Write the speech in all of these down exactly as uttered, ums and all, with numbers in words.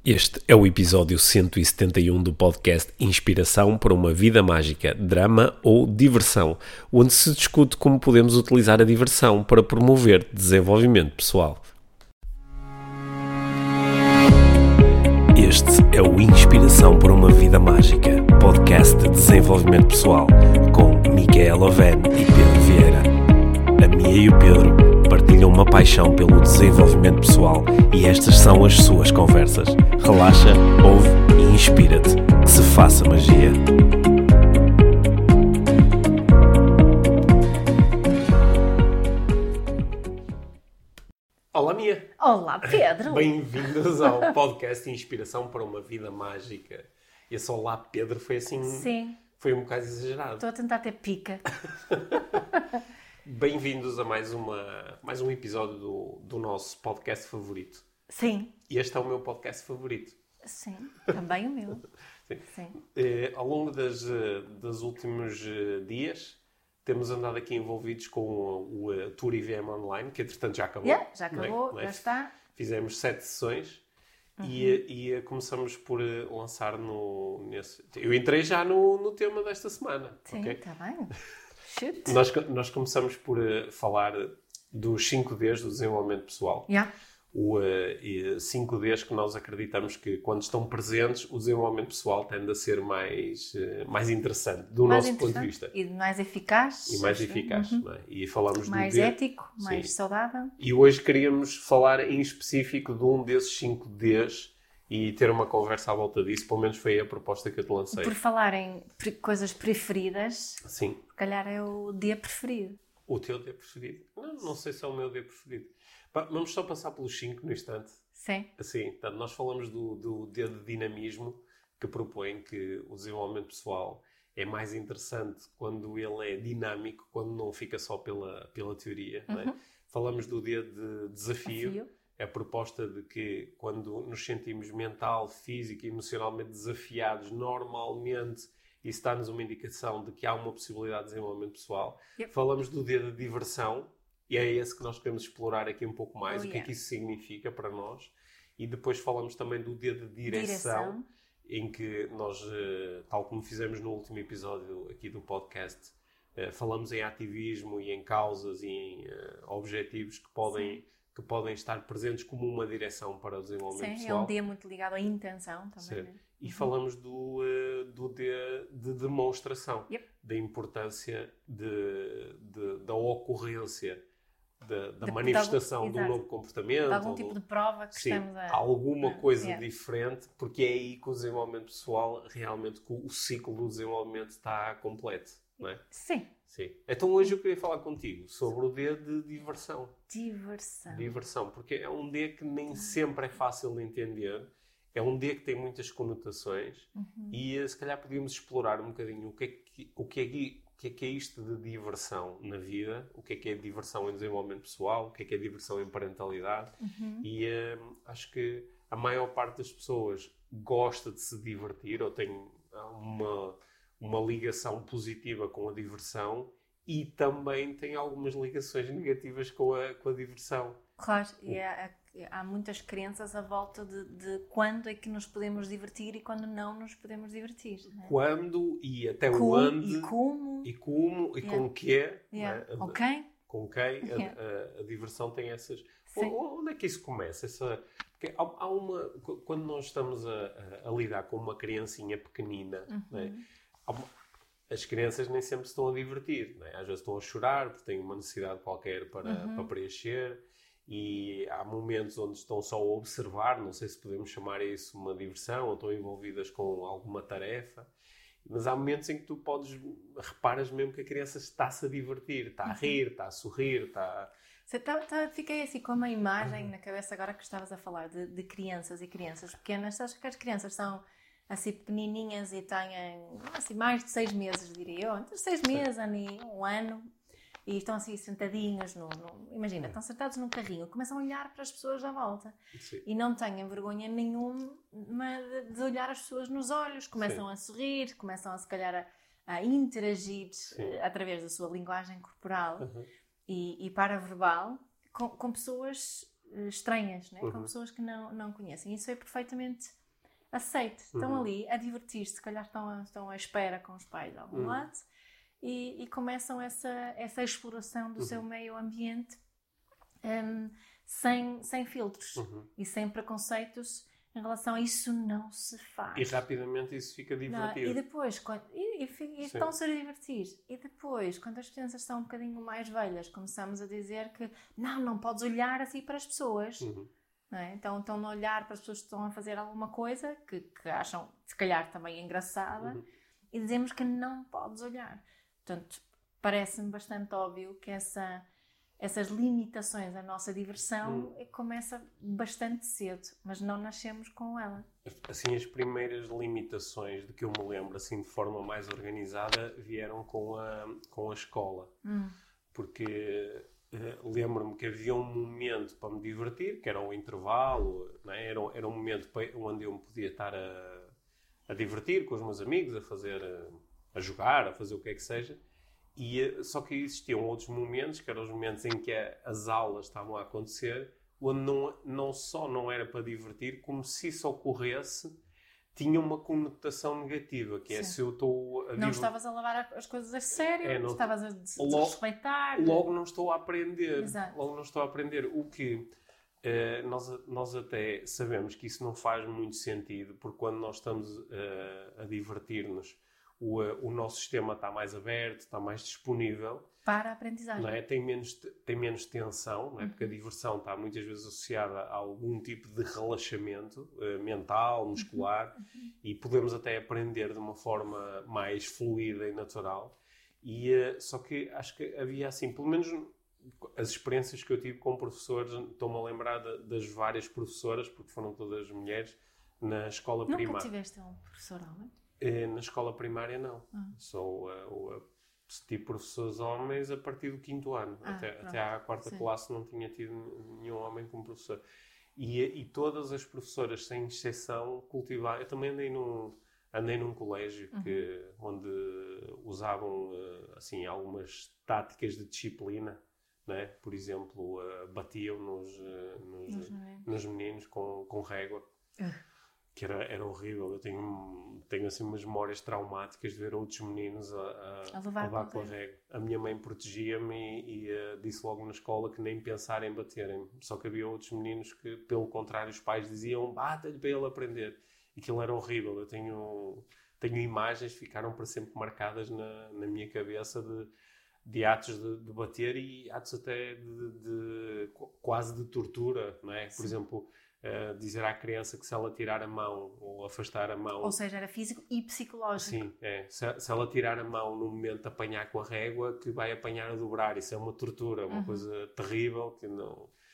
Este é o episódio cento e setenta e um do podcast Inspiração para uma Vida Mágica, Drama ou Diversão, onde se discute como podemos utilizar a diversão para promover desenvolvimento pessoal. Este é o Inspiração para uma Vida Mágica, podcast de desenvolvimento pessoal, com Micaela Oven e Pedro Vieira. A Mia e o Pedro partilham uma paixão pelo desenvolvimento pessoal e estas são as suas conversas. Relaxa, ouve e inspira-te. Que se faça magia. Olá, Mia. Olá, Pedro. Bem-vindos ao podcast Inspiração para uma Vida Mágica. Esse Olá, Pedro foi assim... Sim. Foi um bocado exagerado. Estou a tentar ter pica. Bem-vindos a mais, uma, mais um episódio do, do nosso podcast favorito. Sim. E este é o meu podcast favorito. Sim, também o meu. Sim. Sim. Eh, ao longo das, dos últimos dias, temos andado aqui envolvidos com o, o Tour I V M Online, que entretanto já acabou. Yeah, já acabou, não é? já está. Fizemos sete sessões. Uhum. E, e começamos por lançar no... Nesse... Eu entrei já no, no tema desta semana. Sim, okay? Está bem. Shoot. Nós, nós começamos por uh, falar dos cinco Ds do desenvolvimento pessoal. Yeah. O uh, cinco Ds que nós acreditamos que, quando estão presentes, o desenvolvimento pessoal tende a ser mais, uh, mais interessante, do mais nosso interessante ponto de vista. E mais eficaz. E mais eficaz. Uhum. Não é? E falamos mais do D. ético, mais Sim. saudável. E hoje queríamos falar em específico de um desses cinco Ds e ter uma conversa à volta disso. Pelo menos foi a proposta que eu te lancei. Por falar em pre- coisas preferidas, Sim. se calhar é o dia preferido. O teu D preferido? Não, não sei se é o meu D preferido. Vamos só passar pelos cinco no instante. Sim. Assim, portanto, nós falamos do, do D de dinamismo, que propõe que o desenvolvimento pessoal é mais interessante quando ele é dinâmico, quando não fica só pela, pela teoria. Uhum. Não é? Falamos do D de desafio. Desafio. A proposta de que, quando nos sentimos mental, físico e emocionalmente desafiados, normalmente isso dá-nos uma indicação de que há uma possibilidade de desenvolvimento pessoal. Yep. Falamos do D de diversão, e é esse que nós queremos explorar aqui um pouco mais, Oh, o que yeah. é que isso significa para nós. E depois falamos também do D de direção, Direção. em que nós, tal como fizemos no último episódio aqui do podcast, falamos em ativismo e em causas e em objetivos que podem... Sim. que podem estar presentes como uma direção para o desenvolvimento Sim, pessoal. é um dia muito ligado à intenção também. Né? E uhum. falamos do, uh, do D de demonstração, Yep. da importância de, de, da ocorrência, de, da de, manifestação de, de um novo comportamento. De algum ou tipo do, de prova que sim, estamos a... alguma a, coisa yeah. diferente, porque é aí que o desenvolvimento pessoal, realmente, que o ciclo do desenvolvimento está completo. Não é? Sim. Sim. Então hoje eu queria falar contigo sobre o D de diversão. Diversão. Diversão, porque é um D que nem sempre é fácil de entender. É um D que tem muitas conotações. Uhum. E se calhar podíamos explorar um bocadinho o que é que, o que, é, que, o que é que é isto de diversão na vida, o que é que é diversão em desenvolvimento pessoal, o que é que é diversão em parentalidade. Uhum. E hum, acho que a maior parte das pessoas gosta de se divertir ou tem uma... uma ligação positiva com a diversão e também tem algumas ligações negativas com a, com a diversão. Claro, e há, há muitas crenças à volta de, de quando é que nos podemos divertir e quando não nos podemos divertir. Não é? Quando e até como, onde e como e como e yeah. com que yeah. é, com quem, com quem yeah. a, a, a diversão tem essas... Sim. Onde é que isso começa? Essa... Porque há, há uma... Quando nós estamos a, a, a lidar com uma criancinha pequenina... Uhum. Não é? As crianças nem sempre se estão a divertir, não é? Às vezes estão a chorar porque têm uma necessidade qualquer para, uhum. para preencher, e há momentos onde estão só a observar, não sei se podemos chamar isso uma diversão, ou estão envolvidas com alguma tarefa, mas há momentos em que tu podes, reparas mesmo que a criança está-se a divertir, está a rir, está a sorrir, está... Você tá, tá, fiquei assim com uma imagem na cabeça agora que estavas a falar de, de crianças e crianças pequenas. Sabes que as crianças são assim pequenininhas e têm assim, mais de seis meses, diria eu, entre seis meses e um ano, e estão assim sentadinhos, no, no, imagina, estão sentados num carrinho, começam a olhar para as pessoas à volta. Sim. E não têm vergonha nenhuma de, de olhar as pessoas nos olhos, começam Sim. a sorrir, começam a se calhar a, a interagir Sim. através da sua linguagem corporal Uhum. e, e paraverbal com, com pessoas uh, estranhas, né? Uhum. Com pessoas que não, não conhecem. Isso é perfeitamente aceito. Estão Uhum. ali a divertir-se, se calhar estão, a, estão à espera com os pais de algum uhum. lado e, e começam essa, essa exploração do uhum. seu meio ambiente um, sem, sem filtros uhum. e sem preconceitos em relação a isso. Não se faz. E rapidamente isso fica divertido. Não, e depois, quando, e, e, e estão-se a divertir. E depois, quando as crianças estão um bocadinho mais velhas, começamos a dizer que não, não podes olhar assim para as pessoas. Uhum. Não é? Então estão a olhar para as pessoas que estão a fazer alguma coisa que, que acham, se calhar, também engraçada, uhum. e dizemos que não podes olhar. Portanto, parece-me bastante óbvio que essa, essas limitações à nossa diversão uhum. começa bastante cedo, mas não nascemos com ela. Assim, as primeiras limitações de que eu me lembro, assim, de forma mais organizada, vieram com a, com a escola. Hum. Porque... Uh, lembro-me que havia um momento para me divertir, que era o intervalo, não é? era, era um momento onde eu me podia estar a, a divertir com os meus amigos, a fazer, a, a jogar, a fazer o que é que seja. E, uh, só que existiam outros momentos, que eram os momentos em que a, as aulas estavam a acontecer, onde não, não só não era para divertir, como se isso ocorresse, tinha uma conotação negativa, que é Sim. se eu estou a... Não diver... estavas a levar as coisas a sério, é, não... estavas a desrespeitar. Logo, logo não estou a aprender. Exato. Logo não estou a aprender. O que uh, nós, nós até sabemos que isso não faz muito sentido, porque quando nós estamos uh, a divertir-nos, o, uh, o nosso sistema está mais aberto, está mais disponível. Para a aprendizagem. Não é? Tem menos, tem menos tensão, não é? Uhum. Porque a diversão está muitas vezes associada a algum tipo de relaxamento uh, mental, muscular, uhum. e podemos até aprender de uma forma mais fluida e natural. E, uh, só que acho que havia assim, pelo menos as experiências que eu tive com professores, estou-me a lembrar de, das várias professoras, porque foram todas mulheres, na escola Nunca primária. Nunca tiveste um professor homem? Uh, na escola primária não. Uhum. Sou uh, uh, tive professores homens a partir do quinto ano. Ah, até, até à quarta Sim. classe não tinha tido nenhum homem como professor. E, e todas as professoras, sem exceção, cultivaram... Eu também andei num, andei num colégio uhum. que, onde usavam assim, algumas táticas de disciplina. Né? Por exemplo, batiam nos, nos, nos, nos meninos com, com régua. Uh. Que era, era horrível. Eu tenho, tenho assim umas memórias traumáticas de ver outros meninos a, a, a levar, a levar com a régua. A minha mãe protegia-me e, e uh, disse logo na escola que nem pensar em baterem. Só que havia outros meninos que, pelo contrário, os pais diziam bata-lhe para ele aprender. E aquilo era horrível. Eu tenho, tenho imagens que ficaram para sempre marcadas na, na minha cabeça de, de atos de, de bater e atos até de, de, de quase de tortura, não é? Por Sim. exemplo... Uh, dizer à criança que se ela tirar a mão ou afastar a mão... Ou seja, era físico e psicológico. Sim, é. Se, se ela tirar a mão no momento de apanhar com a régua, que vai apanhar a dobrar. Isso é uma tortura, uma uhum. coisa terrível que não...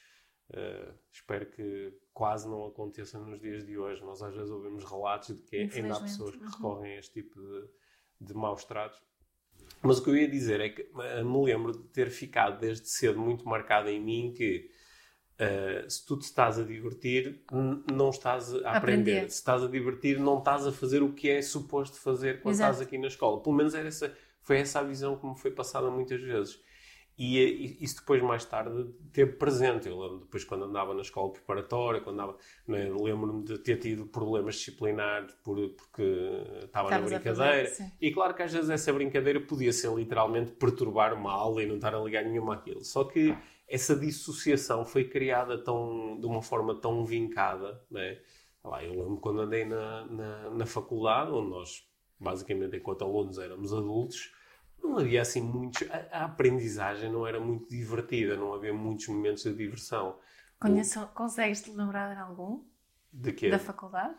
Uh, espero que quase não aconteça nos dias de hoje. Nós às vezes ouvimos relatos de que ainda há pessoas que uhum. recorrem a este tipo de, de maus tratos. Mas o que eu ia dizer é que me lembro de ter ficado desde cedo muito marcado em mim que Uh, se tu te estás a divertir, n- não estás a aprender. aprender. Se estás a divertir, não estás a fazer o que é suposto fazer quando Exato. Estás aqui na escola. Pelo menos era essa, foi essa a visão que me foi passada muitas vezes. E, e isso depois, mais tarde, teve presente. Eu lembro depois, quando andava na escola preparatória, quando andava, né, lembro-me de ter tido problemas disciplinares por, porque estava Estavas na brincadeira. Fazer, e claro que às vezes essa brincadeira podia ser literalmente perturbar uma aula e não estar a ligar nenhuma àquilo. Só que essa dissociação foi criada tão, de uma forma tão vincada, né? Lá, eu lembro quando andei na, na, na faculdade, onde nós, basicamente, enquanto alunos, éramos adultos, não havia assim muitos... A, a aprendizagem não era muito divertida, não havia muitos momentos de diversão. Conheço, o... Consegues-te lembrar de algum? De quê? Da faculdade?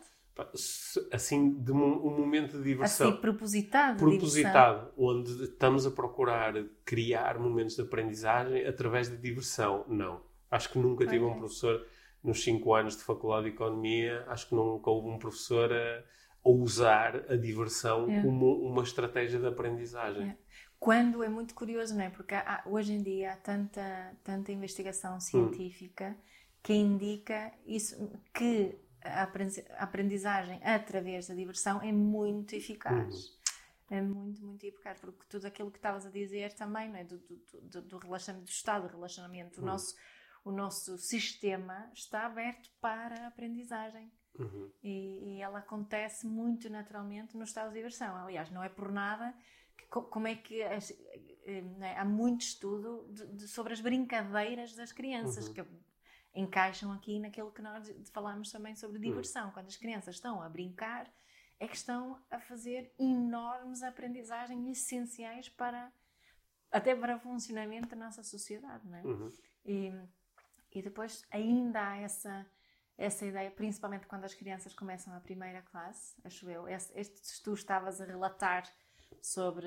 Assim, de um, um momento de diversão. Assim, propositado? Propositado, onde estamos a procurar criar momentos de aprendizagem através de diversão. Não. Acho que nunca tive okay. um professor, nos cinco anos de Faculdade de Economia, acho que nunca houve um professor a, a usar a diversão é. como uma estratégia de aprendizagem. É. Quando é muito curioso, não é? Porque há, hoje em dia há tanta, tanta investigação científica hum. que indica isso, que a aprendizagem através da diversão é muito eficaz. Uhum. É muito, muito eficaz. Porque tudo aquilo que estavas a dizer também, não é? Do, do, do, do relaxamento, do estado de relaxamento. O, uhum. nosso, o nosso sistema está aberto para a aprendizagem. Uhum. E, e ela acontece muito naturalmente no estado de diversão. Aliás, não é por nada que, como é que as, né, há muito estudo de, de, sobre as brincadeiras das crianças, uhum. que encaixam aqui naquilo que nós falámos também sobre diversão. Uhum. Quando as crianças estão a brincar, é que estão a fazer enormes aprendizagens essenciais para, até para o funcionamento da nossa sociedade, não é? Uhum. E, e depois ainda há essa, essa ideia, principalmente quando as crianças começam a primeira classe, acho eu, este, este tu estavas a relatar sobre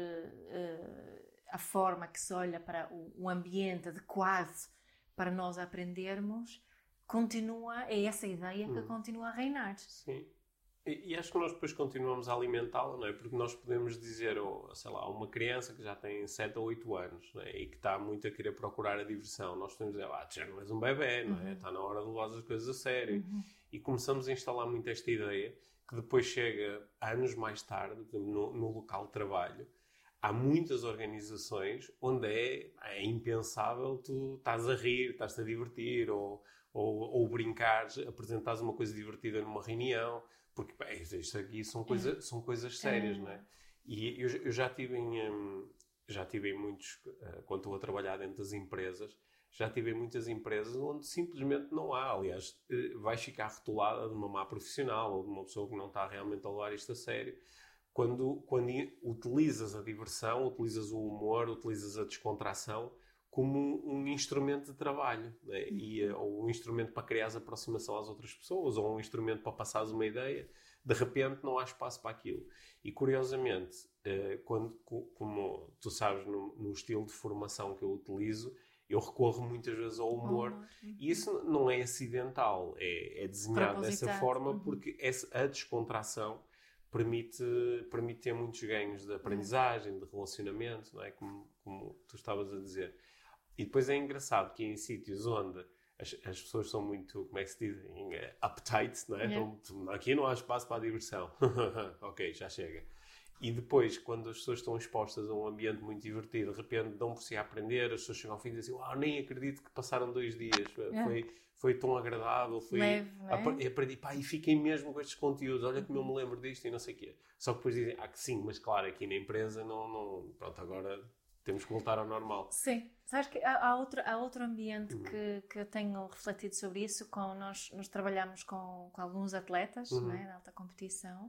uh, a forma que se olha para o, o ambiente adequado para nós aprendermos, continua, é essa ideia que uhum. continua a reinar. Sim. E, e acho que nós depois continuamos a alimentá-la, não é? Porque nós podemos dizer, ou, sei lá, uma criança que já tem sete ou oito anos, não é? E que está muito a querer procurar a diversão, nós podemos dizer, ah, tu já não és um bebê, não é? Uhum. Está na hora de levar as coisas a sério. Uhum. E começamos a instalar muito esta ideia, que depois chega anos mais tarde, no, no local de trabalho. Há muitas organizações onde é, é impensável tu estás a rir, estás-te a divertir, ou, ou, ou brincares, apresentares uma coisa divertida numa reunião, porque bem, isto aqui são, coisa, é. são coisas sérias, é. não é? E eu, eu já tive em, um, já tive em muitos, uh, quando estou a trabalhar dentro das empresas, já tive em muitas empresas onde simplesmente não há. Aliás, uh, vais ficar rotulada de uma má profissional ou de uma pessoa que não está realmente a levar isto a sério. Quando, quando utilizas a diversão, utilizas o humor, utilizas a descontração como um, um instrumento de trabalho, né? e, ou um instrumento para criar a aproximação às outras pessoas, ou um instrumento para passares uma ideia, de repente não há espaço para aquilo. E curiosamente, quando, como tu sabes, no, no estilo de formação que eu utilizo, eu recorro muitas vezes ao humor, oh, e isso não é acidental, é, é desenhado dessa forma, uhum. porque essa, a descontração Permite, permite ter muitos ganhos de aprendizagem, de relacionamento, não é? Como, como tu estavas a dizer. E depois é engraçado que em sítios onde as, as pessoas são muito, como é que se diz? Uptight, não é? Yeah. Então, aqui não há espaço para a diversão. Ok, já chega. E depois, quando as pessoas estão expostas a um ambiente muito divertido, de repente dão por si a aprender, as pessoas chegam ao fim e dizem assim, uau, nem acredito que passaram dois dias. Yeah. Foi, foi tão agradável. Foi leve, não é? Aprendi, pá, e fiquei mesmo com estes conteúdos. Olha como eu me lembro disto e não sei o quê. Só que depois dizem, ah, que sim, mas claro, aqui na empresa não, não... Pronto, agora temos que voltar ao normal. Sim. Sabes que há, há, outro, há outro ambiente uhum. que, que eu tenho refletido sobre isso. Com, nós, nós trabalhamos com, com alguns atletas, uhum. né, de alta competição.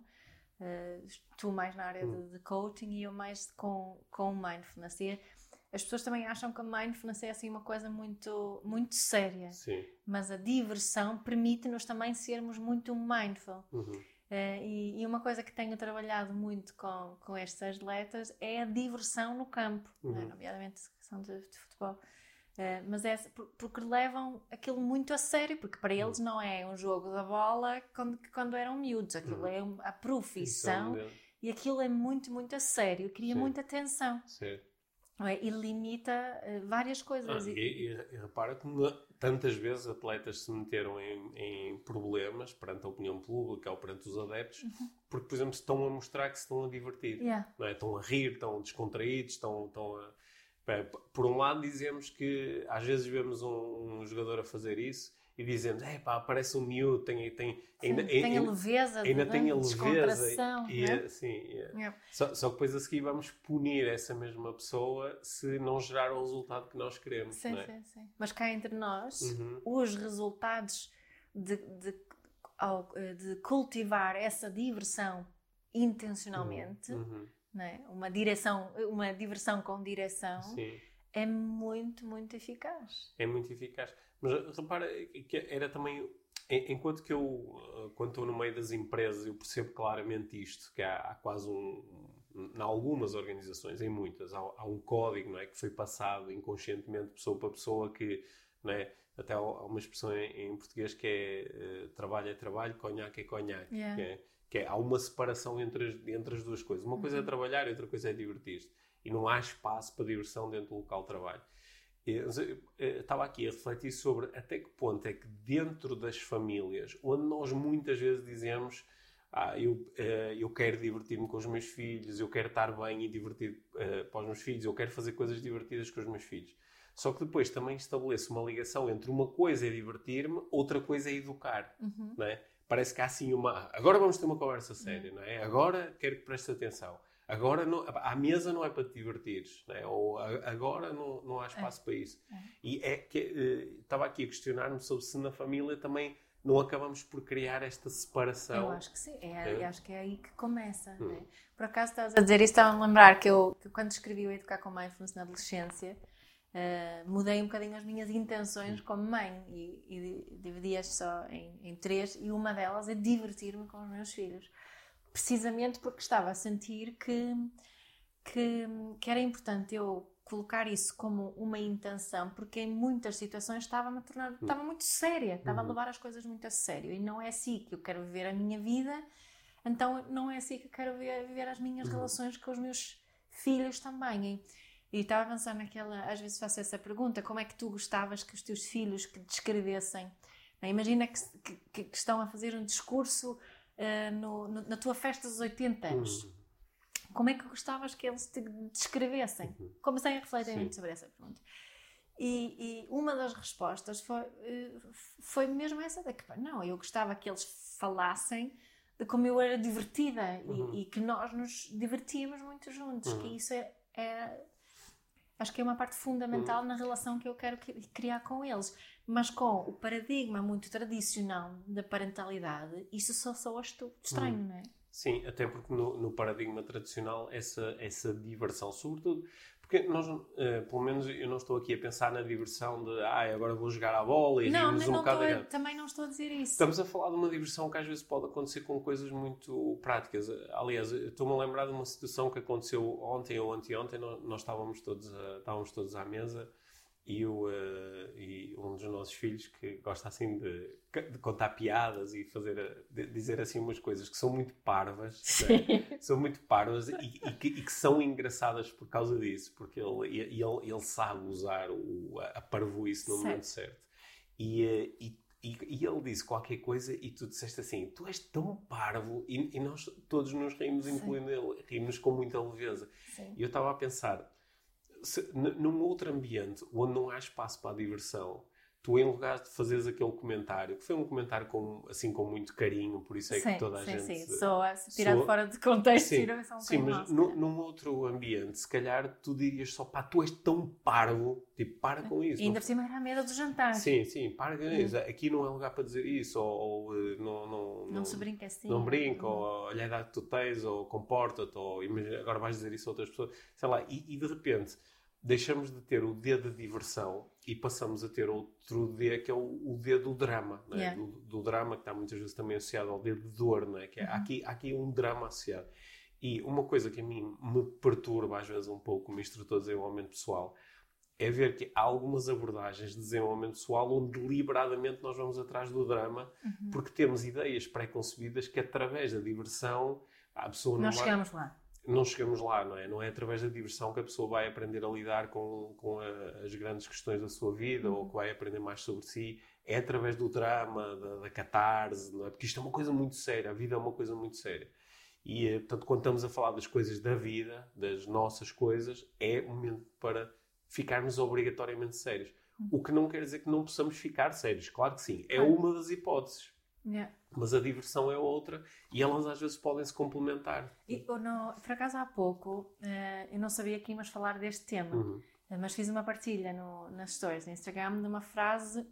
Uh, tu mais na área uhum. de, de coaching e eu mais com, com mindfulness. E as pessoas também acham que a mindfulness é assim uma coisa muito, muito séria. Sim. Mas a diversão permite-nos também sermos muito mindful. Uhum. Uh, e, e uma coisa que tenho trabalhado muito com, com estes atletas é a diversão no campo, uhum. né? Nomeadamente a questão de, de futebol. Uh, mas é porque levam aquilo muito a sério, porque para eles não é um jogo da bola quando, quando eram miúdos, aquilo uhum. é a profissão é e aquilo é muito, muito a sério, cria Sim. muita tensão. Sim. É? E limita uh, várias coisas. Ah, e, e, e repara como tantas vezes atletas se meteram em, em problemas perante a opinião pública ou perante os adeptos, uhum. porque, por exemplo, estão a mostrar que se estão a divertir. Yeah. Não é? Estão a rir, estão descontraídos, estão, estão a... Por um lado dizemos que às vezes vemos um, um jogador a fazer isso e dizemos, é pá, parece um miúdo, tem, tem, sim, ainda, tem ainda, a leveza, ainda de, tem a leveza e, né? e, sim, e, yeah. só, só que depois a seguir vamos punir essa mesma pessoa se não gerar o resultado que nós queremos. Sim, não é? sim, sim. Mas cá entre nós, uhum. os resultados de, de, de cultivar essa diversão intencionalmente, uhum. Uhum. né? uma, direção, uma diversão com direção, sim. é muito, muito eficaz. É muito eficaz. Mas repara que era também, enquanto que eu, quando estou no meio das empresas, eu percebo claramente isto, que há, há quase um, em algumas organizações, em muitas, há, há um código, não é, que foi passado inconscientemente, pessoa para pessoa, que, não é, até há uma expressão em, em português que é uh, trabalho é trabalho, conhaque é conhaque. Yeah. Que é, que é, há uma separação entre as, entre as duas coisas. Uma uhum. coisa é trabalhar e outra coisa é divertir-se. E não há espaço para diversão dentro do local de trabalho. Eu estava aqui a refletir sobre até que ponto é que dentro das famílias, onde nós muitas vezes dizemos ah, eu, eu quero divertir-me com os meus filhos, eu quero estar bem e divertir uh, para os meus filhos, eu quero fazer coisas divertidas com os meus filhos. Só que depois também estabeleço uma ligação entre uma coisa é divertir-me, outra coisa é educar, Uhum. não é? Parece que há assim uma... Agora vamos ter uma conversa séria, não é? Agora quero que prestes atenção. Agora não... à mesa não é para te divertires, não é? Ou agora não, não há espaço é. para isso. É. E é que... Uh, estava aqui a questionar-me sobre se na família também não acabamos por criar esta separação. Eu acho que sim. É, é. Eu acho que é aí que começa. Hum. Né? Por acaso estavas a dizer isso, estava a lembrar que eu, que quando escrevi o Educar com Mindfulness na adolescência, uh, mudei um bocadinho as minhas intenções hum. como mãe e, e dividi-as só em, em três, e uma delas é divertir-me com os meus filhos. Precisamente porque estava a sentir que, que, que era importante eu colocar isso como uma intenção, porque em muitas situações estava-me a tornar, estava muito séria, estava a levar as coisas muito a sério, e não é assim que eu quero viver a minha vida, então não é assim que eu quero viver, viver as minhas relações com os meus filhos também. E, e estava a pensar naquela, às vezes faço essa pergunta, como é que tu gostavas que os teus filhos que descrevessem? Imagina que, que, que estão a fazer um discurso Uh, no, no, na tua festa dos oitenta anos, uhum. como é que gostavas que eles te descrevessem? Uhum. Comecei a refletir muito sobre essa pergunta. E, e uma das respostas foi, uh, foi mesmo essa, de que não, eu gostava que eles falassem de como eu era divertida uhum. e, e que nós nos divertíamos muito juntos, uhum. que isso é, é, acho que é uma parte fundamental uhum. na relação que eu quero criar com eles. Mas com o paradigma muito tradicional da parentalidade, isso só soa estranho, hum. não é? Sim, até porque no, no paradigma tradicional essa, essa diversão, sobretudo, porque nós, uh, pelo menos eu não estou aqui a pensar na diversão de ah, agora vou jogar à bola e não, rirmos um não bocado. A, também não estou a dizer isso. Estamos a falar de uma diversão que às vezes pode acontecer com coisas muito práticas. Aliás, estou-me a lembrar de uma situação que aconteceu ontem ou anteontem, nós, nós estávamos, todos a, estávamos todos à mesa. E, eu, uh, e um dos nossos filhos que gosta assim de, de contar piadas e fazer, de dizer assim umas coisas que são muito parvas, né? São muito parvas e, e, que, e que são engraçadas por causa disso, porque ele, ele, ele sabe usar o, a parvoíce no certo. momento certo. E, e, e, e ele disse qualquer coisa e tu disseste assim, tu és tão parvo, e, e nós todos nos rimos, Sim. incluindo ele, rimos com muita leveza. Sim. E eu estava a pensar, se, num outro ambiente onde não há espaço para a diversão, tu, em lugar de fazeres aquele comentário, que foi um comentário com, assim, com muito carinho, por isso é sim, que toda a sim, gente... Sim, soa, se tirado fora de contexto, sim, tira um sim, mas no, num outro ambiente, se calhar tu dirias só, pá, tu és tão parvo, tipo, para com isso. E ainda por cima era a mesa do jantar. Sim, sim, para com isso. Aqui não é lugar para dizer isso, ou, ou não, não, não... Não se brinca assim. Não brinca, ou olha a idade que tu tens, ou comporta-te, ou imagina, agora vais dizer isso a outras pessoas, sei lá, e, e de repente... deixamos de ter o D de diversão e passamos a ter outro D, que é o, o D do drama, não é? Yeah. do, do drama, que está muitas vezes também associado ao D de dor, não é? Que é, uhum. há, aqui, há aqui um drama associado. E uma coisa que a mim me perturba às vezes um pouco como instrutor de desenvolvimento pessoal é ver que há algumas abordagens de desenvolvimento pessoal onde deliberadamente nós vamos atrás do drama, uhum. porque temos ideias pré-concebidas que através da diversão a pessoa não nós vai... chegamos lá. Não chegamos lá, não é? Não é através da diversão que a pessoa vai aprender a lidar com, com a, as grandes questões da sua vida, uhum. ou que vai aprender mais sobre si. É através do drama, da, da catarse, não é? Porque isto é uma coisa muito séria. A vida é uma coisa muito séria. E, portanto, quando estamos a falar das coisas da vida, das nossas coisas, é um momento para ficarmos obrigatoriamente sérios. Uhum. O que não quer dizer que não possamos ficar sérios. Claro que sim. É uma das hipóteses. Yeah. Mas a diversão é outra e elas às vezes podem se complementar. E, no, por acaso há pouco, uh, eu não sabia que íamos falar deste tema, uhum. uh, mas fiz uma partilha no, nas stories do Instagram de uma frase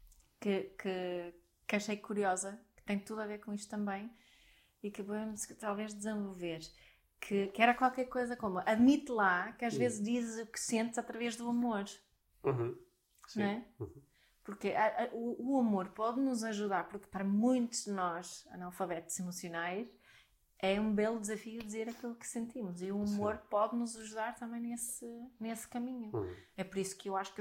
que, que, que achei curiosa, que tem tudo a ver com isto também e que podemos talvez desenvolver, que, que era qualquer coisa como admite lá que às uhum. vezes dizes o que sentes através do amor. Uhum. Sim. Não é? Uhum. Porque a, a, o, o amor pode nos ajudar, porque para muitos de nós, analfabetos emocionais, é um belo desafio dizer aquilo que sentimos. E o humor Sim. pode nos ajudar também nesse, nesse caminho. Uhum. É por isso que eu acho que eu,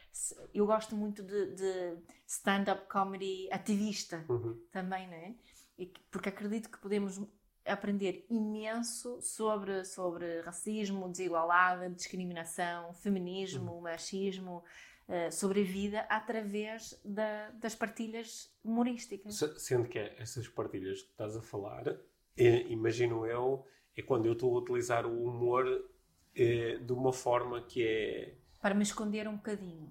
eu gosto muito de, de stand-up comedy ativista uhum. também, não é? E, porque acredito que podemos aprender imenso sobre, sobre racismo, desigualdade, discriminação, feminismo, uhum. machismo... Uh, sobre a vida através da, das partilhas humorísticas. Sendo que é essas partilhas que estás a falar, é, imagino eu, é quando eu estou a utilizar o humor é, de uma forma que é Para me esconder um bocadinho.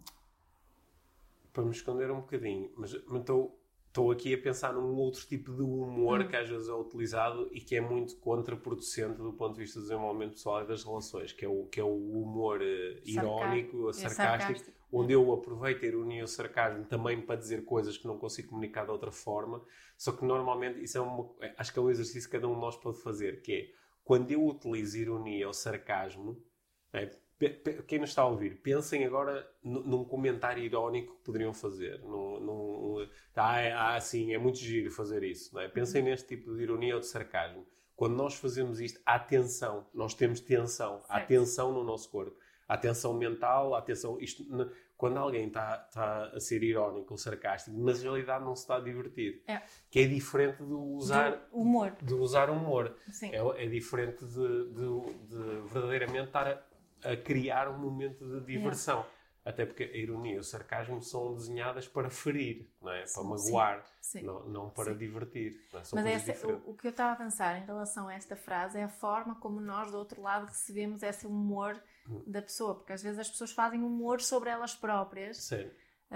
Para me esconder um bocadinho. Mas estou... Estou aqui a pensar num outro tipo de humor hum. que às vezes é utilizado e que é muito contraproducente do ponto de vista do desenvolvimento pessoal e das relações, que é o, que é o humor uh, irónico, é sarcástico, sarcástico, onde eu aproveito a ironia e o sarcasmo também para dizer coisas que não consigo comunicar de outra forma, só que normalmente isso é uma, acho que é um exercício que cada um de nós pode fazer, que é, quando eu utilizo ironia ou sarcasmo, é, quem nos está a ouvir, pensem agora num comentário irónico que poderiam fazer. Num, num, ah, ah, sim, é muito giro fazer isso. Não é? Pensem uhum. neste tipo de ironia ou de sarcasmo. Quando nós fazemos isto, há tensão. Nós temos tensão. Certo. Há tensão no nosso corpo. Há tensão mental, há tensão... Isto, quando alguém está, está a ser irónico ou sarcástico, na realidade não se está a divertir. É. Que é diferente de usar... Do humor. De usar humor. Sim. É, é diferente de, de, de verdadeiramente estar a... a criar um momento de diversão. É. Até porque a ironia e o sarcasmo são desenhadas para ferir, não é? Sim, para magoar, sim, sim. Não, não para sim. divertir. Não é? São Mas essa, o, o que eu estava a pensar em relação a esta frase é a forma como nós, do outro lado, recebemos esse humor hum. da pessoa. Porque às vezes as pessoas fazem humor sobre elas próprias. Sim.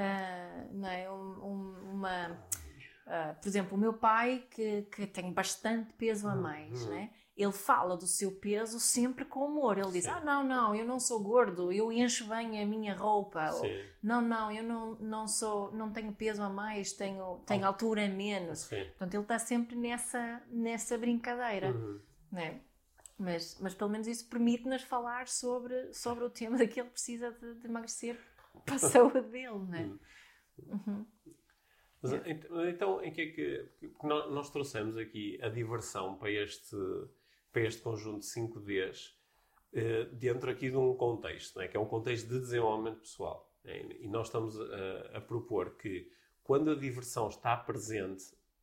Uh, não é? Um, um, uma, uh, por exemplo, o meu pai, que, que tem bastante peso a mais, hum. não é? Ele fala do seu peso sempre com humor. Ele diz, Sim. ah, não, não, eu não sou gordo, eu encho bem a minha roupa. Ou, não, não, eu não, não, sou, não tenho peso a mais, tenho, tenho oh. altura a menos. Sim. Portanto, ele está sempre nessa, nessa brincadeira. Uhum. Né? Mas, mas pelo menos isso permite-nos falar sobre, sobre o tema de que ele precisa de, de emagrecer para a saúde dele. Né? Uhum. Uhum. Mas, é. Então, em que é que, que nós trouxemos aqui a diversão para este... para este conjunto de cinco Ds, eh, dentro aqui de um contexto, né, que é um contexto de desenvolvimento pessoal. Né, e nós estamos a, a propor que, quando a diversão está presente,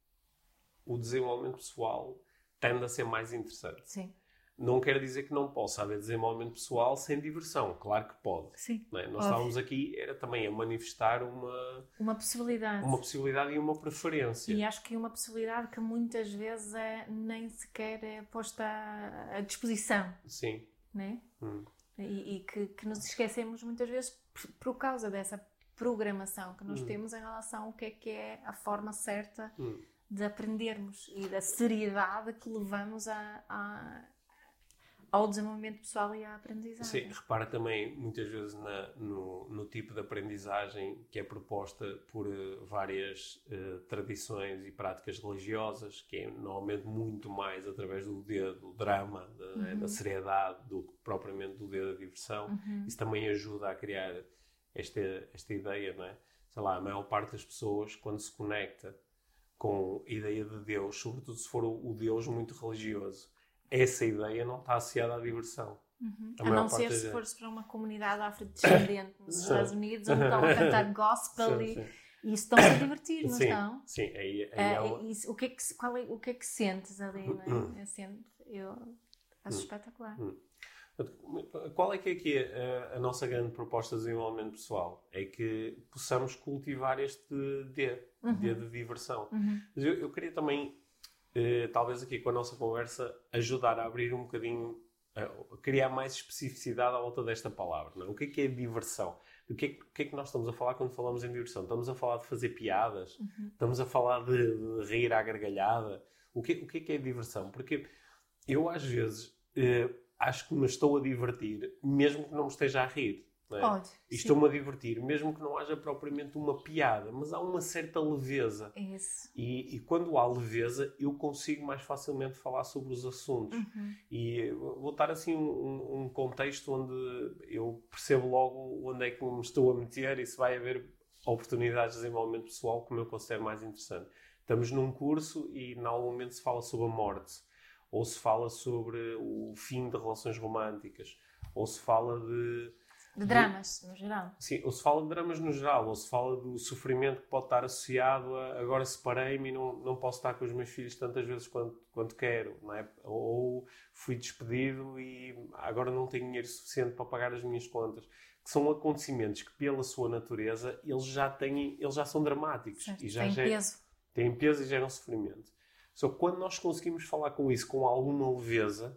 o desenvolvimento pessoal tende a ser mais interessante. Sim. Não quer dizer que não possa haver desenvolvimento pessoal sem diversão. Claro que pode. Sim. Né? Nós Óbvio. Estávamos aqui era também a manifestar uma... Uma possibilidade. Uma possibilidade e uma preferência. E acho que é uma possibilidade que muitas vezes é, nem sequer é posta à disposição. Sim. Né? Hum. E, e que, que nos esquecemos muitas vezes por, por causa dessa programação que nós hum. temos em relação ao que é que é a forma certa hum. de aprendermos e da seriedade que levamos a... a ao desenvolvimento pessoal e à aprendizagem. Sim, repara também muitas vezes na, no, no tipo de aprendizagem que é proposta por uh, várias uh, tradições e práticas religiosas, que é normalmente muito mais através do D, do drama, da, uhum. né, da seriedade, do que propriamente do D da diversão. Uhum. Isso também ajuda a criar esta, esta ideia, não é? Sei lá, a maior parte das pessoas, quando se conecta com a ideia de Deus, sobretudo se for o, o Deus muito religioso, essa ideia não está associada à diversão. Uhum. A, a não ser se fores para uma comunidade afrodescendente nos Estados Unidos, onde estão a cantar gospel sim, e, sim. e estão-se a divertir, não sim, estão? Sim, aí, aí uh, é uma... isso, o, que é que, qual é, o que é que sentes ali? Não é? Eu, sinto, eu acho espetacular. Qual é que é aqui a, a nossa grande proposta de desenvolvimento pessoal? É que possamos cultivar este D, uhum. D de diversão. Uhum. Mas eu, eu queria também... Uh, talvez aqui com a nossa conversa ajudar a abrir um bocadinho, uh, criar mais especificidade à volta desta palavra. Não é? O que é que é diversão? O que é, o que é que nós estamos a falar quando falamos em diversão? Estamos a falar de fazer piadas? Uhum. Estamos a falar de, de rir à gargalhada? O que, o que é que é diversão? Porque eu às vezes uh, acho que me estou a divertir mesmo que não me esteja a rir. Não é? Pode, e estou-me a divertir, mesmo que não haja propriamente uma piada, mas há uma certa leveza. Isso. E, e quando há leveza, eu consigo mais facilmente falar sobre os assuntos. Uhum. E vou dar assim um, um contexto onde eu percebo logo onde é que me estou a meter e se vai haver oportunidades de desenvolvimento pessoal como eu considero mais interessante. Estamos num curso e em algum momento se fala sobre a morte, ou se fala sobre o fim de relações românticas, ou se fala de... De dramas, no geral. Sim, ou se fala de dramas no geral, ou se fala do sofrimento que pode estar associado a agora separei-me e não, não posso estar com os meus filhos tantas vezes quanto, quanto quero, não é? Ou fui despedido e agora não tenho dinheiro suficiente para pagar as minhas contas. Que são acontecimentos que, pela sua natureza, eles já, têm, eles já são dramáticos. Certo, e já têm geram, peso. Têm peso e geram sofrimento. Só que quando nós conseguimos falar com isso com alguma leveza,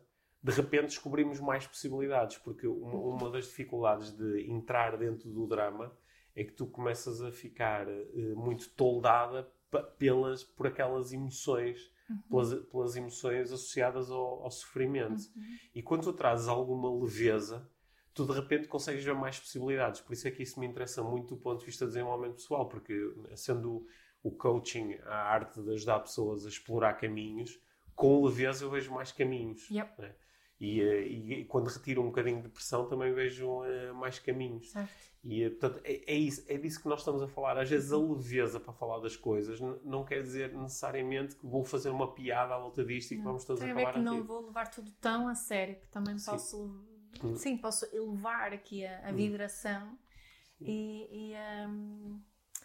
de repente descobrimos mais possibilidades, porque uma, uma das dificuldades de entrar dentro do drama é que tu começas a ficar uh, muito toldada p- pelas, por aquelas emoções, uhum. pelas, pelas emoções associadas ao, ao sofrimento. Uhum. E quando tu trazes alguma leveza, tu de repente consegues ver mais possibilidades. Por isso é que isso me interessa muito do ponto de vista de desenvolvimento pessoal, porque sendo o coaching a arte de ajudar pessoas a explorar caminhos, com leveza eu vejo mais caminhos. Yep. Né? E, e, e quando retiro um bocadinho de pressão também vejo uh, mais caminhos. Certo. E portanto é, é, isso, é disso que nós estamos a falar. Às vezes a leveza para falar das coisas n- não quer dizer necessariamente que vou fazer uma piada à volta disto e que vamos todos Tem a acabar ver que a não rir. vou levar tudo tão a sério, que também Sim. posso hum. sim, posso elevar aqui a, a vibração e, e, um,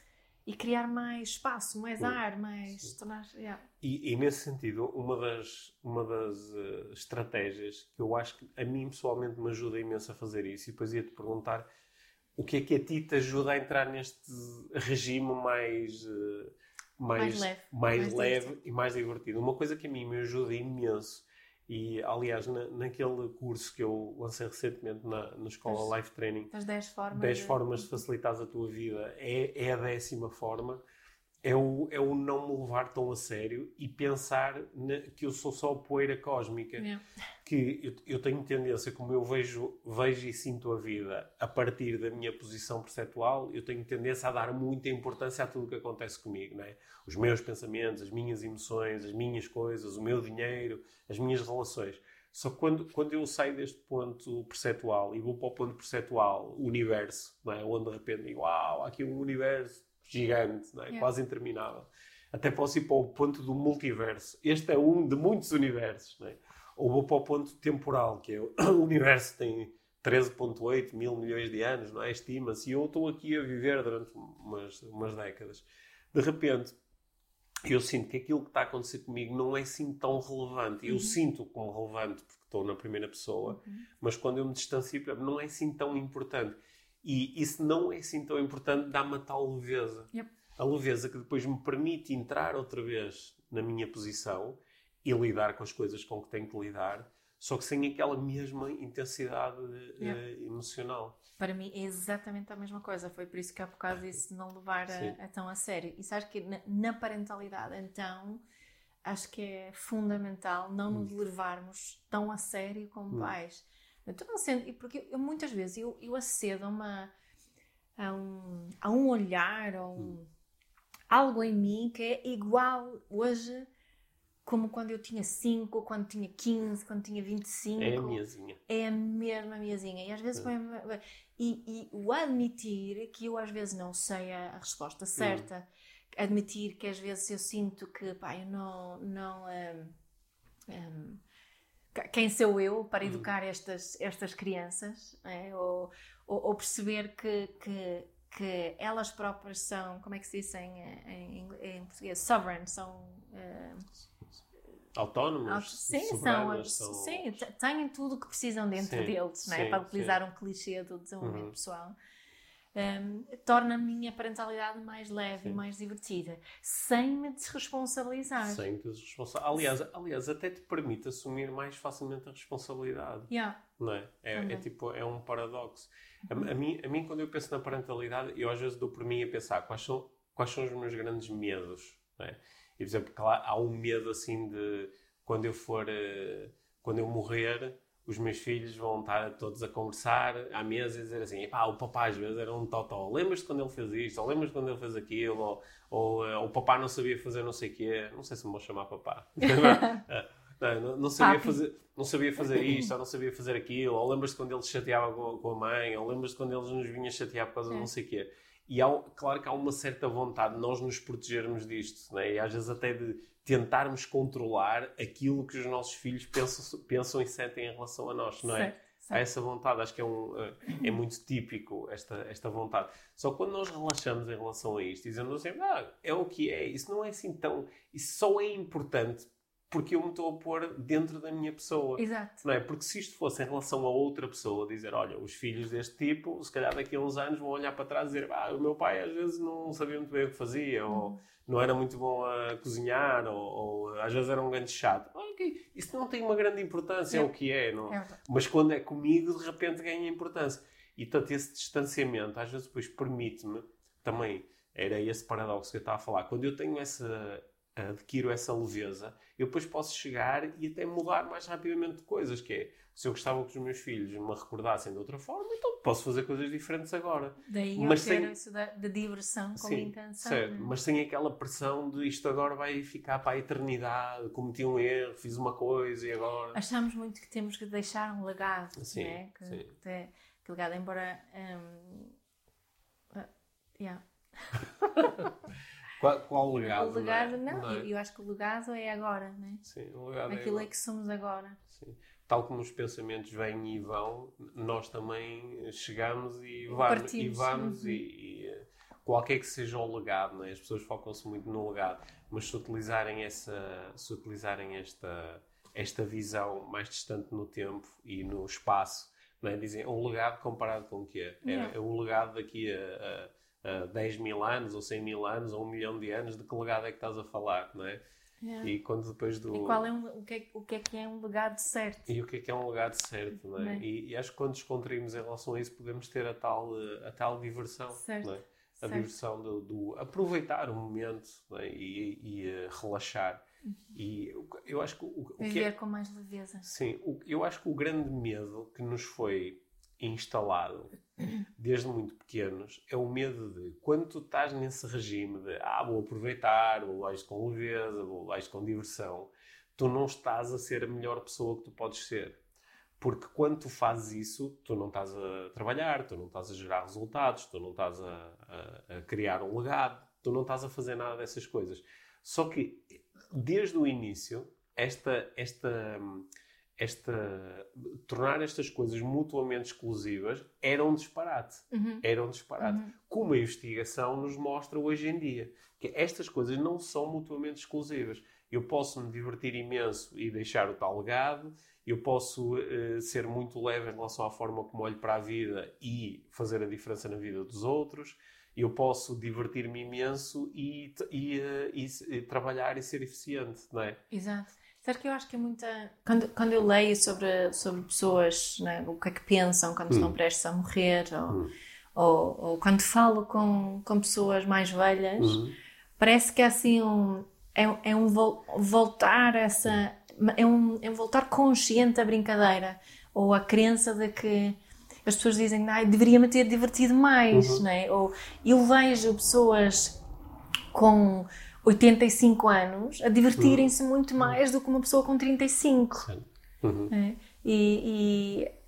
e criar mais espaço, mais hum. ar, mais tornar, yeah. e, e nesse sentido uma das, uma das uh, estratégias que eu acho que a mim pessoalmente me ajuda imenso a fazer isso, e depois ia-te perguntar o que é que a ti te ajuda a entrar neste regime mais, uh, mais, mais leve, mais mais leve e mais divertido. Uma coisa que a mim me ajuda imenso, e aliás na, naquele curso que eu lancei recentemente na, na escola Life Training, as dez formas, dez de... formas de facilitar a tua vida, é, é a décima forma. É o, é o não me levar tão a sério e pensar na, que eu sou só poeira cósmica. Yeah. Que eu, eu tenho tendência, como eu vejo, vejo e sinto a vida a partir da minha posição perceptual, eu tenho tendência a dar muita importância a tudo o que acontece comigo. Não é? Os meus pensamentos, as minhas emoções, as minhas coisas, o meu dinheiro, as minhas relações. Só que quando, quando eu saio deste ponto perceptual e vou para o ponto perceptual, o universo, não é? Onde de repente digo, uau, há aqui um universo gigante, não é? Yeah. Quase interminável. Até posso ir para o ponto do multiverso. Este é um de muitos universos. Não é? Ou vou para o ponto temporal, que é o universo tem treze vírgula oito mil milhões de anos, não é? Estima-se. E eu estou aqui a viver durante umas, umas décadas. De repente, eu sinto que aquilo que está a acontecer comigo não é assim tão relevante. Eu uhum. sinto como relevante porque estou na primeira pessoa, uhum. mas quando eu me distancio, não é assim tão importante. E isso não é assim tão importante, dá-me a tal leveza. Yep. A leveza que depois me permite entrar outra vez na minha posição e lidar com as coisas com que tenho que lidar, só que sem aquela mesma intensidade yep. uh, emocional. Para mim é exatamente a mesma coisa. Foi por isso que há bocado disse não levar a, a tão a sério. E sabes que na, na parentalidade, então, acho que é fundamental não nos hum. levarmos tão a sério como hum. pais. Então, não sendo, e porque eu, muitas vezes eu, eu acedo a, uma, a, um, a um olhar, a um, hum. algo em mim que é igual hoje como quando eu tinha cinco, quando tinha quinze, quando tinha vinte e cinco. É a minhazinha. É a mesma minhazinha. E às vezes foi, e, e o admitir que eu às vezes não sei a, a resposta certa, hum. admitir que às vezes eu sinto que pá, eu não... não um, um, quem sou eu para educar estas, estas crianças, é? ou, ou, ou perceber que, que, que elas próprias são, como é que se diz em, em, em português? Sovereign, são... Uh, autónomos, sim, são, são, sim, têm tudo o que precisam dentro sim, deles, não é? Sim, para utilizar sim. um clichê do desenvolvimento uhum. pessoal. Um, torna a minha parentalidade mais leve sim. e mais divertida, sem me desresponsabilizar. Sem te desresponsabilizar. Aliás, aliás, até te permite assumir mais facilmente a responsabilidade. Yeah. Não é? É, é tipo, é um paradoxo. Uhum. A, a, mim, a mim, quando eu penso na parentalidade, eu às vezes dou por mim a pensar quais são, quais são os meus grandes medos. Não é? E, por exemplo, claro, há um medo assim de quando eu for, quando eu morrer, os meus filhos vão estar todos a conversar à mesa e dizer assim, pá, o papá às vezes era um totó, lembras-te quando ele fez isto, ou lembras-te quando ele fez aquilo, ou, ou, ou o papá não sabia fazer não sei o quê, não sei se me vou chamar papá, não, não, não, sabia fazer, não sabia fazer isto, ou não sabia fazer aquilo, ou lembras-te quando ele se chateava com, com a mãe, ou lembras-te quando eles nos vinham chatear por causa de não sei o quê. E há, claro que há uma certa vontade de nós nos protegermos disto, né? E às vezes até de tentarmos controlar aquilo que os nossos filhos pensam, pensam e sentem em relação a nós, não é? Certo, certo. Há essa vontade, acho que é, um, é muito típico esta, esta vontade. Só que quando nós relaxamos em relação a isto, dizendo assim, ah, é o que é, isso não é assim tão... Isso só é importante porque eu me estou a pôr dentro da minha pessoa. Exato. Não é? Porque se isto fosse em relação a outra pessoa, dizer, olha, os filhos deste tipo, se calhar daqui a uns anos vão olhar para trás e dizer, ah, o meu pai às vezes não sabia muito bem o que fazia, uhum. ou não era muito bom a cozinhar, ou, ou às vezes era um grande chato. Ok, isso não tem uma grande importância, é, é o que é, não? É Mas quando é comigo, de repente ganha importância. E, tanto esse distanciamento, às vezes, depois permite-me, também, era esse paradoxo que eu estava a falar, quando eu tenho essa, adquiro essa leveza, eu depois posso chegar e até mudar mais rapidamente de coisas, que é, se eu gostava que os meus filhos me recordassem de outra forma, então posso fazer coisas diferentes agora. Daí mas eu quero sem... isso da, da diversão como Sim, intenção. certo, Né? mas sem aquela pressão de isto agora vai ficar para a eternidade, cometi um erro, fiz uma coisa e agora... Achamos muito que temos que deixar um legado, sim, né? que, sim. que, que legado, embora... Um, uh, yeah. Qual, qual legado? O legado, não, não, não é? eu, eu acho que o legado é agora, né? Sim, o legado aquilo é, é que somos agora. Sim. Tal como os pensamentos vêm e vão, nós também chegamos e vamos. Partimos. E, vamos Uhum. e, e qualquer que seja o legado, não é? As pessoas focam-se muito no legado, mas se utilizarem, essa, se utilizarem esta, esta visão mais distante no tempo e no espaço, não é? Dizem, um legado comparado com o quê? É, Yeah. é um legado daqui a, a, a dez mil anos, ou cem mil anos, ou um milhão de anos, de que legado é que estás a falar, não é? Yeah. E quando depois do... E qual é um, o, que é, o que é que é um legado certo? E o que é que é um legado certo, não é? Não é? E, e acho que quando descontraímos em relação a isso, podemos ter a tal, eh, a tal diversão, Certo. não é? A Certo. diversão do, do aproveitar o momento, não é? E, e uh, relaxar. Uhum. E eu acho que... O, o que Viver é, com mais leveza. sim, o, eu acho que o grande medo que nos foi instalado desde muito pequenos é o medo de, quando tu estás nesse regime de ah, vou aproveitar, vou lá isto com leveza, vou lá isto com diversão, tu não estás a ser a melhor pessoa que tu podes ser. Porque quando tu fazes isso, tu não estás a trabalhar, tu não estás a gerar resultados, tu não estás a, a, a criar um legado, tu não estás a fazer nada dessas coisas. Só que, desde o início, esta... esta Esta, tornar estas coisas mutuamente exclusivas era um disparate. Uhum. Era um disparate. Uhum. Como a investigação nos mostra hoje em dia. Que estas coisas não são mutuamente exclusivas. Eu posso me divertir imenso e deixar o tal legado. Eu posso uh, ser muito leve em relação à forma como olho para a vida e fazer a diferença na vida dos outros. Eu posso divertir-me imenso e, e, uh, e, e trabalhar e ser eficiente, não é? Exato. Sabe que eu acho que é muita... Quando, quando eu leio sobre, sobre pessoas, né, o que é que pensam quando hum. estão prestes a morrer, ou, hum. ou, ou quando falo com, com pessoas mais velhas, hum. parece que é assim um... É, é um vol, voltar essa... É um, é um voltar consciente à brincadeira. Ou à crença de que as pessoas dizem, ah, deveria-me ter divertido mais, uhum. né? Ou eu vejo pessoas com... oitenta e cinco anos a divertirem-se uhum. muito mais do que uma pessoa com trinta e cinco. Uhum. É? E, e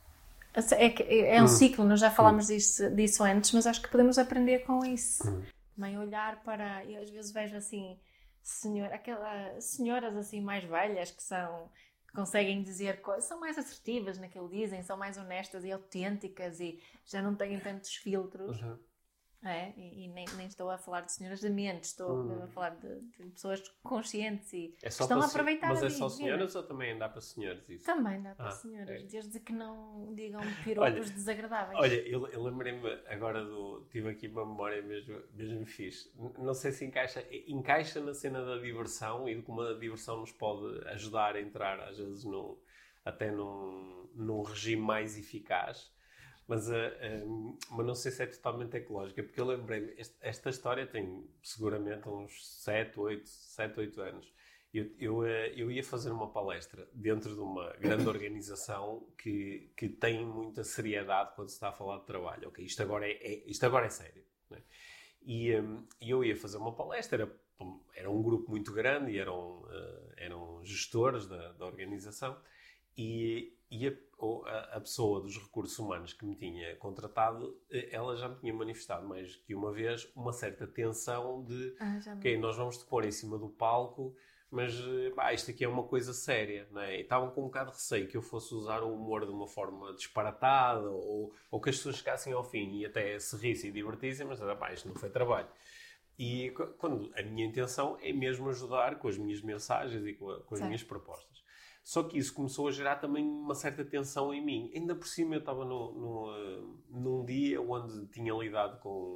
é, é um uhum. ciclo, nós já falámos uhum. disso, disso antes, mas acho que podemos aprender com isso. Uhum. Também olhar para... Eu às vezes vejo assim, senhor, aquelas senhoras assim mais velhas que são... que conseguem dizer coisas, são mais assertivas naquilo que dizem, são mais honestas e autênticas e já não têm tantos filtros. Uhum. É, e, e nem, nem estou a falar de senhoras de mente, estou hum. a falar de, de pessoas conscientes e é só estão a se... aproveitar Mas a é só vida. senhoras ou também dá para senhores isso? Também dá para ah, senhoras, é. Desde que não digam piropos olha, desagradáveis. Olha, eu, eu lembrei-me agora do... Tive aqui uma memória mesmo, mesmo fixe. Não sei se encaixa, encaixa na cena da diversão e de como a diversão nos pode ajudar a entrar, às vezes, num, até num, num regime mais eficaz. Mas, uh, um, mas não sei se é totalmente ecológica, porque eu lembrei-me, este, esta história tem seguramente uns sete, oito anos. Eu, eu, uh, eu ia fazer uma palestra dentro de uma grande organização que, que tem muita seriedade quando se está a falar de trabalho. Okay, isto, agora é, é, isto agora é sério. Né? E um, eu ia fazer uma palestra, era, era um grupo muito grande e eram, uh, eram gestores da, da organização. E, e a, a, a pessoa dos recursos humanos que me tinha contratado, ela já me tinha manifestado mais que uma vez uma certa tensão de ah, ok, nós vamos te pôr em cima do palco, mas bah, isto aqui é uma coisa séria, não é? E estavam com um bocado de receio que eu fosse usar o humor de uma forma disparatada ou, ou que as pessoas chegassem ao fim e até se rissem e divertissem, mas bah, isto não foi trabalho. E quando a minha intenção é mesmo ajudar com as minhas mensagens e com, a, com as minhas propostas. Só que isso começou a gerar também uma certa tensão em mim. Ainda por cima eu estava no, no, uh, num dia onde tinha lidado com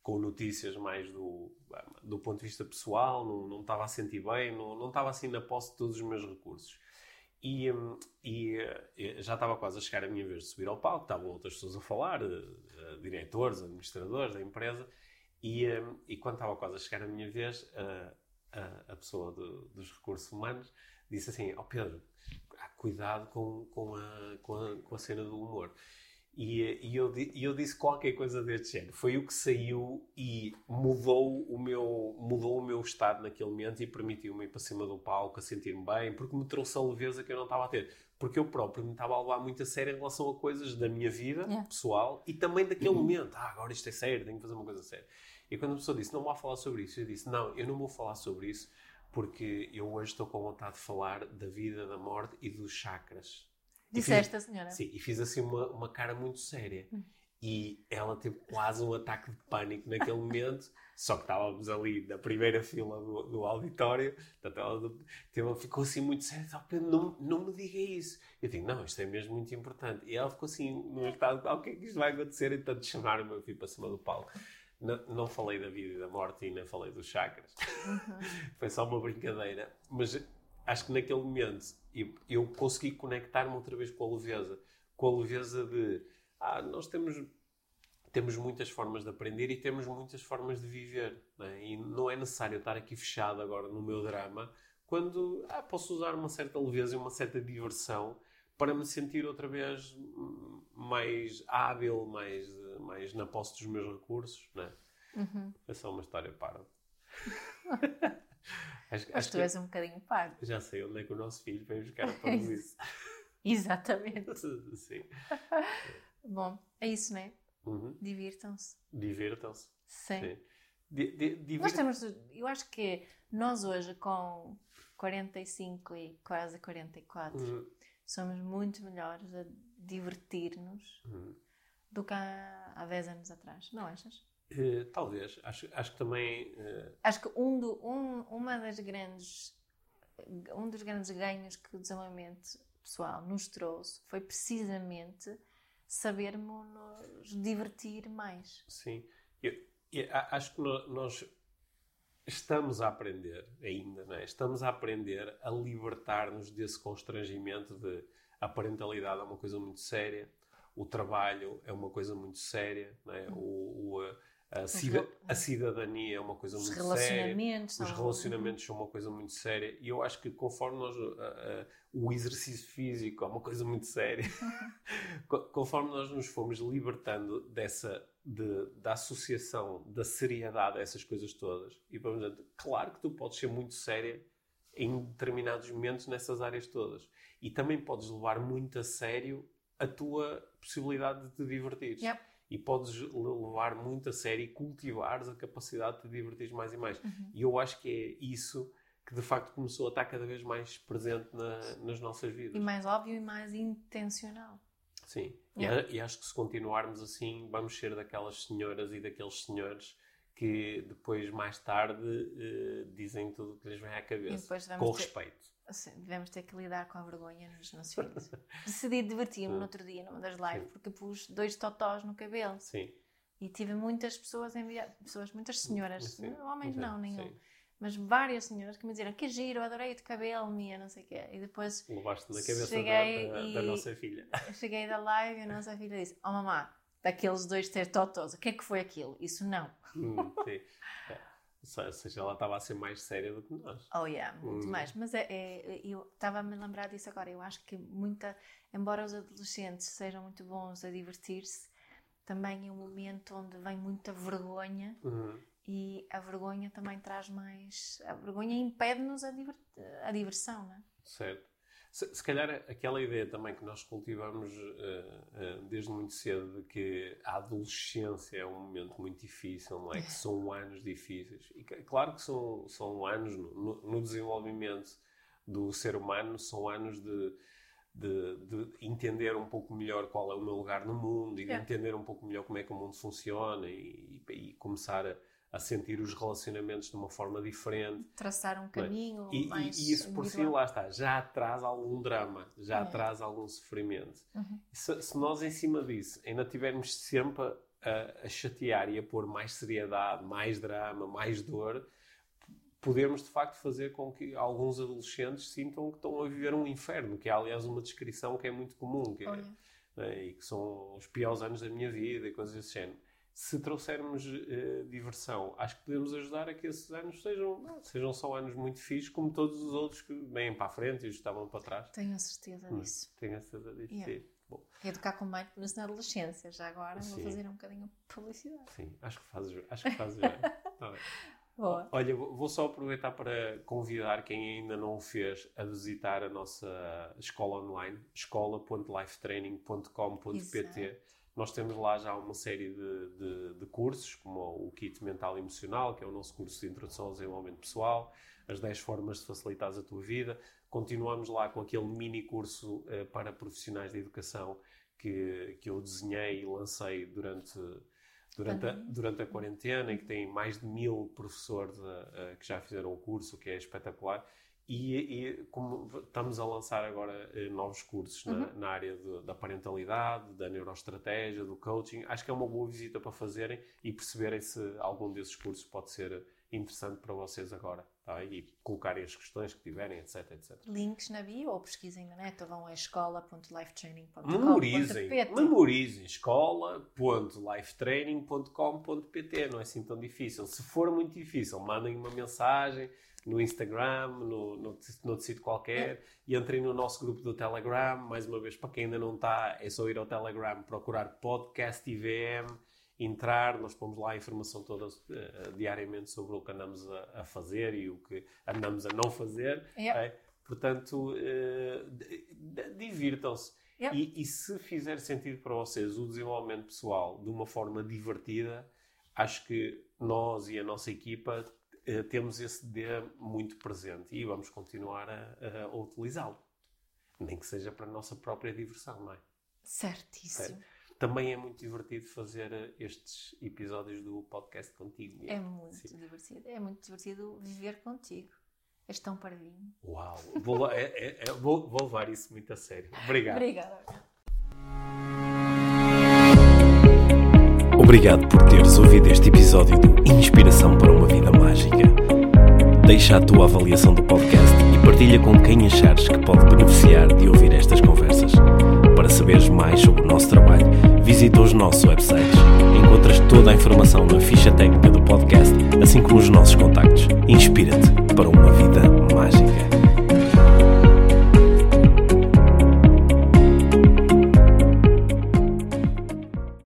com notícias mais do, do ponto de vista pessoal, não, não estava a sentir bem, não, não estava assim na posse de todos os meus recursos. E, e, e já estava quase a chegar a minha vez de subir ao palco, estavam outras pessoas a falar, uh, diretores, administradores da empresa, e, um, e quando estava quase a chegar a minha vez, uh, a, a pessoa do, dos recursos humanos disse assim: ó oh Pedro, cuidado com, com, a, com, a, com a cena do humor. E, e, eu, e eu disse qualquer coisa deste género. Foi o que saiu e mudou o meu, mudou o meu estado naquele momento e permitiu-me ir para cima do palco, a sentir-me bem, porque me trouxe a leveza que eu não estava a ter. Porque eu próprio me estava a levar muito a sério em relação a coisas da minha vida yeah. pessoal e também daquele uhum. momento. Ah, agora isto é sério, tenho que fazer uma coisa séria. E quando a pessoa disse: não vou falar sobre isso, eu disse: não, eu não vou falar sobre isso porque eu hoje estou com vontade de falar da vida, da morte e dos chakras. Disseste a senhora? Sim, e fiz assim uma, uma cara muito séria. Hum. E ela teve quase um ataque de pânico naquele momento, só que estávamos ali na primeira fila do, do auditório, portanto ela teve, ficou assim muito séria: não, não me diga isso. Eu digo: não, isto é mesmo muito importante. E ela ficou assim, no estado: ah, o que é que isto vai acontecer? Então de chamaram-me, eu fui para cima do palco. Não, não falei da vida e da morte e nem falei dos chakras. Uhum. Foi só uma brincadeira. Mas acho que naquele momento eu, eu consegui conectar-me outra vez com a leveza. Com a leveza de, ah, nós temos, temos muitas formas de aprender e temos muitas formas de viver. Não é? E não é necessário estar aqui fechado agora no meu drama, quando ah, posso usar uma certa leveza e uma certa diversão para me sentir outra vez mais hábil, mais, mais na posse dos meus recursos. Não é? Uhum. É só uma história parva. Acho, Mas acho tu és que... um bocadinho parvo. Já sei onde é que o nosso filho veio buscar para isso. Exatamente. Sim. Bom, é isso, não é? Uhum. Divirtam-se. Divirtam-se. Sim. Sim. Di, di, divir... Nós temos, eu acho que nós hoje com quarenta e cinco e quase quarenta e quatro uhum. somos muito melhores a divertir-nos uhum. do que há, há dez anos atrás. Não achas? Uh, talvez. Acho, acho que também... Uh... Acho que um, do, um, uma das grandes, um dos grandes ganhos que o desenvolvimento pessoal nos trouxe foi precisamente sabermos nos divertir mais. Sim. Eu, eu acho que nós estamos a aprender ainda, não é? Estamos a aprender a libertar-nos desse constrangimento de a parentalidade é uma coisa muito séria, o trabalho é uma coisa muito séria, não é? o, o A, cida, a cidadania é uma coisa os muito relacionamentos séria. Os relacionamentos são uma coisa muito séria. E eu acho que conforme nós... Uh, uh, o exercício físico é uma coisa muito séria. Conforme nós nos fomos libertando dessa... De, da associação, da seriedade a essas coisas todas. E, vamos dizer, claro que tu podes ser muito séria em determinados momentos nessas áreas todas. E também podes levar muito a sério a tua possibilidade de te divertir. Yep. E podes levar muito a sério e cultivares a capacidade de te divertir mais e mais. Uhum. E eu acho que é isso que de facto começou a estar cada vez mais presente na, nas nossas vidas. E mais óbvio e mais intencional. Sim. Yeah. E, e acho que se continuarmos assim, vamos ser daquelas senhoras e daqueles senhores que depois, mais tarde, uh, dizem tudo o que lhes vem à cabeça. Com ter... respeito. Assim, devemos ter que lidar com a vergonha nos nossos filhos. Decidi divertir-me no outro dia, numa das lives, Sim. porque pus dois totós no cabelo. Sim. E tive muitas pessoas a enviar, pessoas, muitas senhoras, Sim. homens Sim. não, nenhum. Sim. Mas várias senhoras que me diziam: que giro, adorei o teu cabelo, Mia, não sei o quê. E depois levaste na cabeça cheguei da, da, e... da nossa filha. Cheguei da live e a nossa filha disse: oh mamá, daqueles dois ter totós, o que é que foi aquilo? Isso não. Hum, sim. É. Ou seja, ela estava a ser mais séria do que nós. Oh, yeah, muito hum. mais. Mas é, é, eu estava a me lembrar disso agora. Eu acho que muita... Embora os adolescentes sejam muito bons a divertir-se, também é um momento onde vem muita vergonha. Uhum. E a vergonha também traz mais... A vergonha impede-nos a, diver... a diversão, não é? Certo. Se, se calhar aquela ideia também que nós cultivamos uh, uh, desde muito cedo de que a adolescência é um momento muito difícil, não é? Que são anos difíceis. E que, claro que são, são anos no, no desenvolvimento do ser humano, são anos de, de, de entender um pouco melhor qual é o meu lugar no mundo e de é. entender um pouco melhor como é que o mundo funciona e, e, e começar a a sentir os relacionamentos de uma forma diferente. Traçar um caminho e, mais e, e isso por si, lá está, já traz algum drama, já é. traz algum sofrimento. Uhum. Se, se nós em cima disso ainda tivermos sempre a, a, a chatear e a pôr mais seriedade, mais drama, mais dor, podermos de facto fazer com que alguns adolescentes sintam que estão a viver um inferno, que é aliás uma descrição que é muito comum, que é, né, e que são os piores anos da minha vida e coisas desse género. Se trouxermos uh, diversão, acho que podemos ajudar a que esses anos sejam, não, sejam só anos muito fixos, como todos os outros que vêm para a frente e os estavam para trás. Tenho a certeza hum, disso. Tenho a certeza disso, yeah. sim. Bom. Educar com mindfulness na adolescência, já agora sim. Vou fazer um bocadinho de publicidade. Sim, acho que fazes, acho que fazes bem. Tá bem. Boa. Olha, vou só aproveitar para convidar quem ainda não o fez a visitar a nossa escola online, escola ponto lifetraining ponto com ponto p t. Nós temos lá já uma série de, de, de cursos, como o Kit Mental e Emocional, que é o nosso curso de Introdução ao Desenvolvimento Pessoal, as dez formas de facilitares a tua vida. Continuamos lá com aquele mini curso uh, para profissionais de educação que, que eu desenhei e lancei durante, durante, a, durante a quarentena, e que tem mais de mil professores uh, uh, que já fizeram o curso, o que é espetacular. E, e como estamos a lançar agora eh, novos cursos na, uhum. na área de, da parentalidade, da neuroestratégia, do coaching, acho que é uma boa visita para fazerem e perceberem se algum desses cursos pode ser interessante para vocês agora, tá? E colocarem as questões que tiverem, etc, etcétera. Links na bio ou pesquisem na net ou vão a escola ponto lifetraining ponto com Memorizem, memorizem escola ponto lifetraining ponto com ponto p t, não é assim tão difícil. Se for muito difícil, mandem uma mensagem no Instagram, no, no, no sítio qualquer, é. E entrem no nosso grupo do Telegram. Mais uma vez, para quem ainda não está, é só ir ao Telegram, procurar Podcast I V M, entrar, nós pomos lá a informação toda uh, diariamente sobre o que andamos a, a fazer e o que andamos a não fazer. É. É? Portanto, uh, divirtam-se. É. E, e se fizer sentido para vocês o desenvolvimento pessoal de uma forma divertida, acho que nós e a nossa equipa Uh, temos esse D muito presente e vamos continuar a, a utilizá-lo. Nem que seja para a nossa própria diversão, não é? Certíssimo. É. Também é muito divertido fazer estes episódios do podcast contigo. É muito Sim. divertido. É muito divertido viver contigo. És tão parvinho. Uau! Vou, é, é, é, vou, vou levar isso muito a sério. Obrigado. Obrigada. Obrigado por teres ouvido este episódio de Inspiração para uma Vida Mágica. Deixa a tua avaliação do podcast e partilha com quem achares que pode beneficiar de ouvir estas conversas. Para saberes mais sobre o nosso trabalho, visita os nossos websites. Encontras toda a informação na ficha técnica